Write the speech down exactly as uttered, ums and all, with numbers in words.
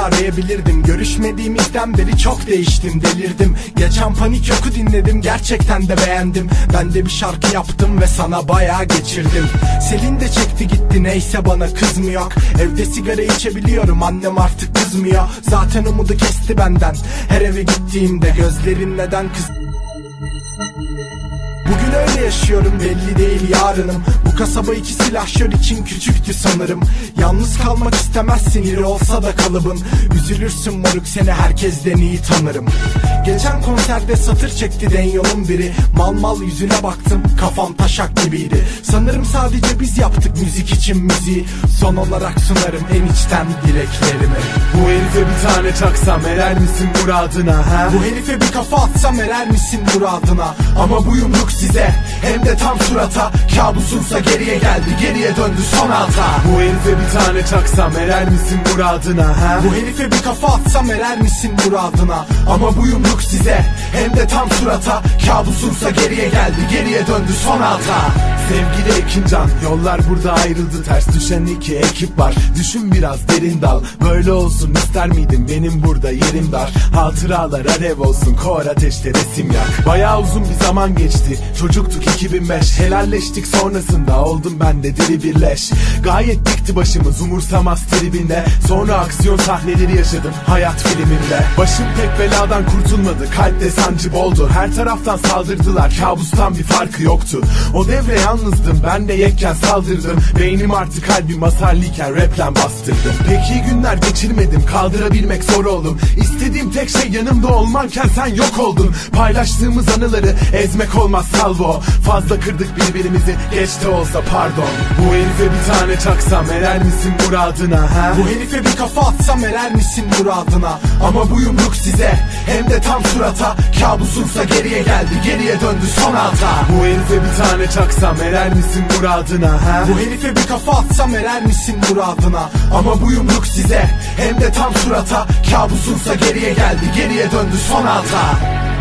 arayabilirdim. Görüşmediğimizden beri çok değiştim, delirdim. Geçen Panik Yok'u dinledim, gerçekten de beğendim. Ben de bir şarkı yaptım ve sana bayağı geçirdim. Selin de çekti gitti, neyse bana kızmıyor. Evde sigara içebiliyorum, annem artık kızmıyor. Zaten umudu kesti benden her eve gittiğimde. Gözlerin neden kız... Bugün öyle yaşıyorum, belli değil yarınım. Bu kasaba iki silahşör için küçüktü sanırım. Yalnız kalmak istemezsin, iri olsa da kalıbın. Üzülürsün moruk, seni herkesten iyi tanırım. Geçen konserde satır çekti Denyol'un biri. Mal mal yüzüne baktım, kafam taşak gibiydi. Sanırım sadece biz yaptık müzik için müziği. Son olarak sunarım en içten dileklerimi. Bu herife bir tane çaksam erer misin muradına ha? Bu herife bir kafa atsam erer misin muradına? Ama bu yumruk size, hem de tam surata. Kabusunsa geriye geldi, geriye döndü son hata. Bu herife bir tane çaksam erer misin muradına ha? Bu herife bir kafa atsam erer misin muradına? Ama bu yumruk size, hem de tam surata. Kabusunsa geriye geldi, geriye döndü son hata. Sevgili Ekincan, yollar burada ayrıldı. Ters düşen iki ekip var. Düşün biraz, derin dal. Böyle olsun ister miydin, benim burada yerim dar. Hatıralar alev olsun, kor ateşte resim yak. Bayağı uzun bir zaman geçti, çocuktuk iki bin beş. Helalleştik sonrasında oldum ben de diri bir leş. Gayet dikti başımız, umursamaz tribinde. Sonra aksiyon sahneleri yaşadım hayat filminde. Başım pek beladan kurtulmadı, kalpte sancı boldu. Her taraftan saldırdılar, kabustan bir farkı yoktu. O devre yalnızdım, ben de yekken saldırdım. Beynim artık kalbim hasarlıyken raplen bastırdım. Pek iyi günler geçirmedim, kaldırabilmek zor oldum. İstediğim tek şey yanımda olmanken sen yok oldun. Paylaştığımız anıları ezmek olmaz salvo. Fazla kırdık birbirimizi, geç de olsa pardon. Bu herife bir tane çaksam erer misin muradına ha? Bu herife bir kafa atsam erer misin muradına? Ama bu yumruk size, hem de tam surata. Kabusunsa geriye geldi, geriye döndü son hata. Bu herife bir tane çaksam erer misin muradına ha? Bu herife bir kafa atsam erer misin muradına? Ama bu yumruk size, hem de tam surata. Kabusunsa geriye geldi, geriye döndü son hata.